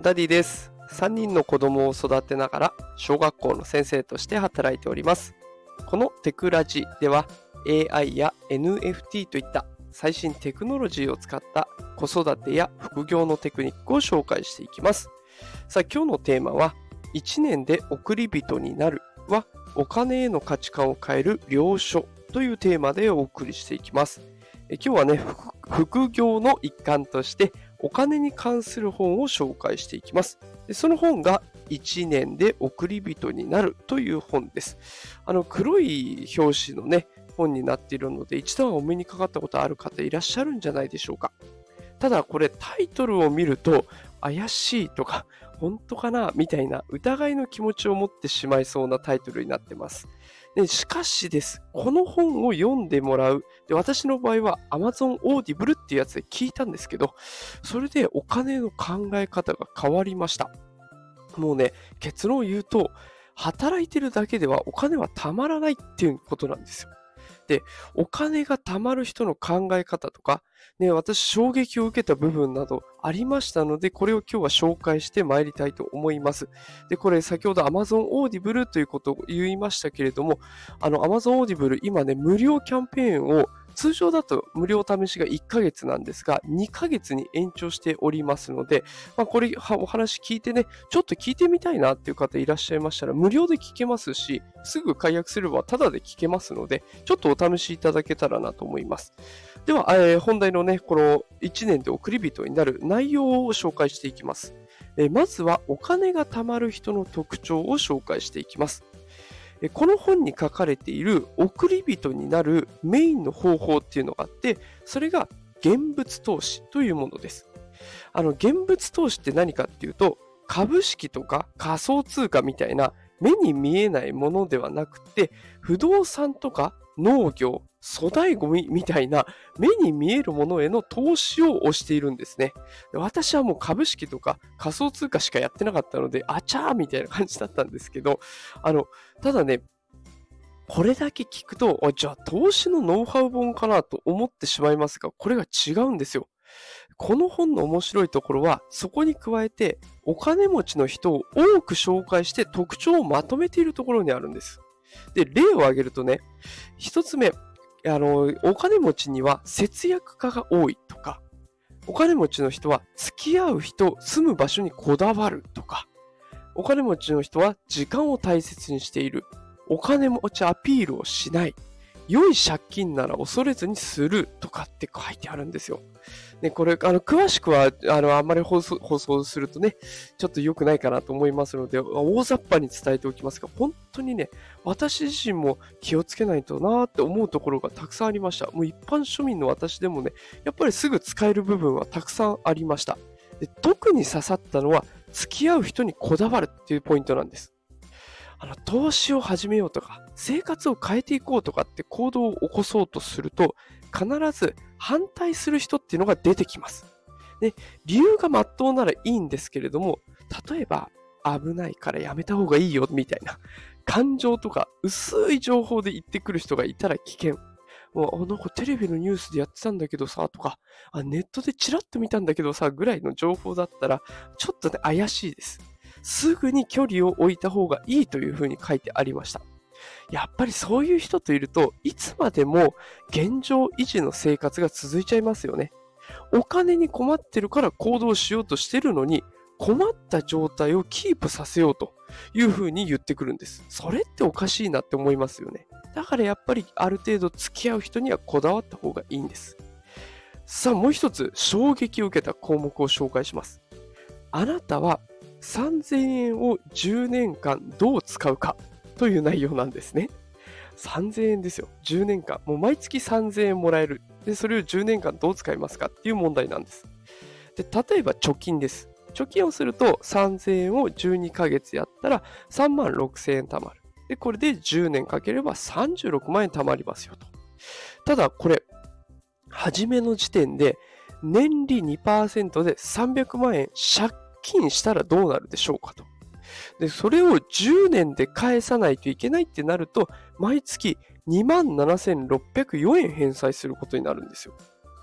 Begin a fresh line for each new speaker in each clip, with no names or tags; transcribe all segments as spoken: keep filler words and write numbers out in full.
ダディです。さんにんの子供を育てながら小学校の先生として働いております。このテクラジでは エーアイ や エヌエフティー といった最新テクノロジーを使った子育てや副業のテクニックを紹介していきます。さあ今日のテーマはいちねんで億り人になるはお金への価値観を変える領書というテーマでお送りしていきます。え今日はね副業の一環としてお金に関する本を紹介していきます。でその本がいちねんで億り人になるという本です。あの黒い表紙のね本になっているので一度はお目にかかったことある方いらっしゃるんじゃないでしょうか。ただこれタイトルを見ると怪しいとか本当かなみたいな疑いの気持ちを持ってしまいそうなタイトルになってます。でしかしです、この本を読んでもらう。で私の場合は Amazon Audible っていうやつで聞いたんですけど、それでお金の考え方が変わりました。もうね、結論を言うと、働いてるだけではお金はたまらないっていうことなんですよ。で、お金が貯まる人の考え方とか、ね、私衝撃を受けた部分などありましたので、これを今日は紹介してまいりたいと思います。で、これ先ほど Amazon Audible ということを言いましたけれども、あの Amazon Audible 今ね、無料キャンペーンを通常だと無料試しがいっかげつなんですが、にかげつに延長しておりますので、まあ、これお話聞いてね、ちょっと聞いてみたいなっていう方いらっしゃいましたら、無料で聞けますし、すぐ解約すればタダで聞けますので、ちょっとお試しいただけたらなと思います。では、えー、本題のね、このいちねんで億り人になる内容を紹介していきます。えー、まずはお金が貯まる人の特徴を紹介していきます。この本に書かれている億り人になるメインの方法っていうのがあって、それが現物投資というものです。あの現物投資って何かっていうと、株式とか仮想通貨みたいな目に見えないものではなくて、不動産とか農業、粗大ごみみたいな目に見えるものへの投資を推しているんですね。私はもう株式とか仮想通貨しかやってなかったので、あちゃーみたいな感じだったんですけど、あの、ただね、これだけ聞くと、じゃあ投資のノウハウ本かなと思ってしまいますが、これが違うんですよ。この本の面白いところは、そこに加えて、お金持ちの人を多く紹介して特徴をまとめているところにあるんです。で、例を挙げるとね、一つ目、あの、お金持ちには節約家が多いとか、お金持ちの人は付き合う人、住む場所にこだわるとか、お金持ちの人は時間を大切にしている、お金持ちアピールをしない、良い借金なら恐れずにするとかって書いてあるんですよ。ね、これ、あの、詳しくは、あの、あんまり放送、放送するとね、ちょっと良くないかなと思いますので、大雑把に伝えておきますが、本当にね、私自身も気をつけないとなーって思うところがたくさんありました。もう一般庶民の私でもね、やっぱりすぐ使える部分はたくさんありました。で、特に刺さったのは、付き合う人にこだわるっていうポイントなんです。あの投資を始めようとか生活を変えていこうとかって行動を起こそうとすると必ず反対する人っていうのが出てきます。で、理由が真っ当ならいいんですけれども、例えば危ないからやめた方がいいよみたいな感情とか薄い情報で言ってくる人がいたら危険。もうあなんかテレビのニュースでやってたんだけどさとかあネットでチラッと見たんだけどさぐらいの情報だったらちょっとね怪しいです。すぐに距離を置いた方がいいというふうに書いてありました。やっぱりそういう人といるといつまでも現状維持の生活が続いちゃいますよね。お金に困ってるから行動しようとしてるのに困った状態をキープさせようというふうに言ってくるんです。それっておかしいなって思いますよね。だからやっぱりある程度付き合う人にはこだわった方がいいんです。さあもう一つ衝撃を受けた項目を紹介します。あなたはさんぜんえんをじゅうねんかんどう使うかという内容なんですね。さんぜんえんですよ。じゅうねんかん。もう毎月さんぜんえんもらえる。で、それをじゅうねんかんどう使いますかっていう問題なんです。で、例えば貯金です。貯金をするとさんぜんえんをじゅうにかげつやったらさんまんろくせんえん貯まる。で、これでじゅうねんかければさんじゅうろくまんえん貯まりますよと。ただこれ、初めの時点で年利 にパーセント でさんびゃくまんえん借金したらどうなるでしょうかと。で、それをじゅうねんで返さないといけないってなると、毎月にまんななせんろっぴゃくよえん返済することになるんですよ。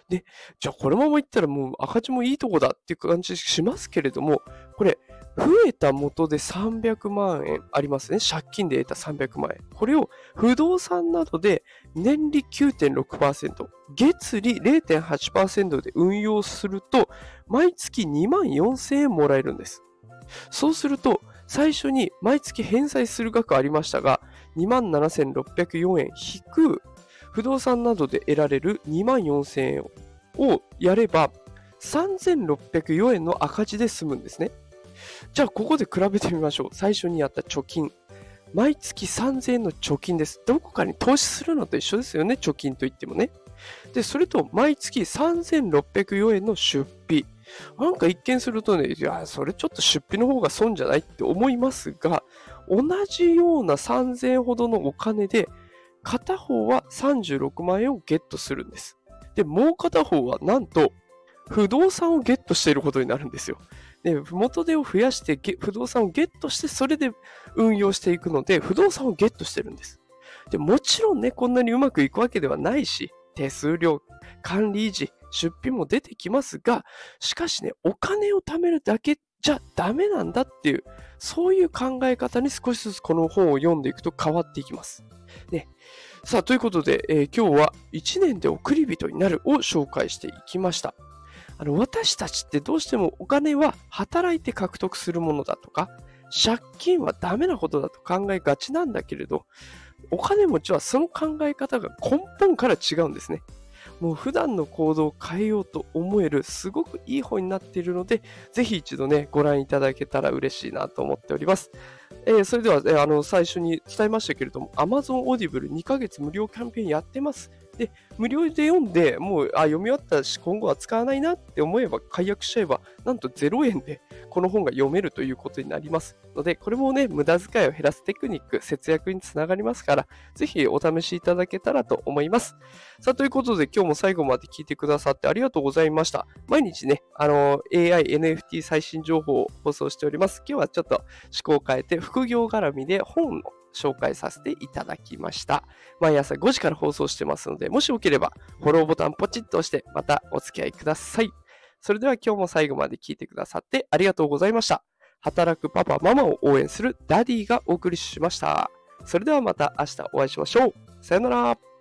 で、じゃあこのままいったらもう赤字もいいとこだっていう感じしますけれども、これ、増えた元でさんびゃくまんえんありますね。借金で得たさんびゃくまんえん。これを不動産などで年利 きゅうてんろくパーセント、月利 れいてんはちパーセント で運用すると、毎月にまんよんせんえんもらえるんです。そうすると、最初に毎月返済する額ありましたが、にまんななせんろっぴゃくよんえん引く不動産などで得られるにまんよんせんえんをやれば、さんぜんろっぴゃくよんえんの赤字で済むんですね。じゃあ、ここで比べてみましょう。最初にやった貯金。毎月さんぜんえんの貯金です。どこかに投資するのと一緒ですよね。貯金といってもね。で、それと毎月さんぜんろっぴゃくよんえんの出費。なんか一見するとね、いや、それちょっと出費の方が損じゃないって思いますが、同じようなさんぜんえんほどのお金で、片方はさんじゅうろくまんえんをゲットするんです。で、もう片方はなんと、不動産をゲットしていることになるんですよ。で、元手を増やして不動産をゲットして、それで運用していくので、不動産をゲットしてるんです。で、もちろんね、こんなにうまくいくわけではないし、手数料、管理維持、出費も出てきますが、しかしね、お金を貯めるだけじゃダメなんだっていう、そういう考え方に少しずつこの本を読んでいくと変わっていきます。ね、さあ、ということで、えー、今日はいちねんで送り人になるを紹介していきました。あの私たちってどうしてもお金は働いて獲得するものだとか、借金はダメなことだと考えがちなんだけれど、お金持ちはその考え方が根本から違うんですね。もう普段の行動を変えようと思えるすごくいい本になっているので、ぜひ一度ね、ご覧いただけたら嬉しいなと思っております。えー、それでは、えー、あの最初に伝えましたけれども、Amazon Audible にかげつ無料キャンペーンやってます。で、無料で読んで、もうあ読み終わったし、今後は使わないなって思えば、解約しちゃえば、なんとゼロえんでこの本が読めるということになりますので、これもね、無駄遣いを減らすテクニック、節約につながりますから、ぜひお試しいただけたらと思います。さあ、ということで、今日も最後まで聞いてくださってありがとうございました。毎日ね、あの、エーアイ、エヌエフティー 最新情報を放送しております。今日はちょっと趣向を変えて、副業絡みで本の紹介させていただきました。毎朝ごじから放送してますので、もしよければフォローボタンポチッと押してまたお付き合いください。それでは今日も最後まで聞いてくださってありがとうございました。働くパパママを応援するダディがお送りしました。それではまた明日お会いしましょう。さよなら。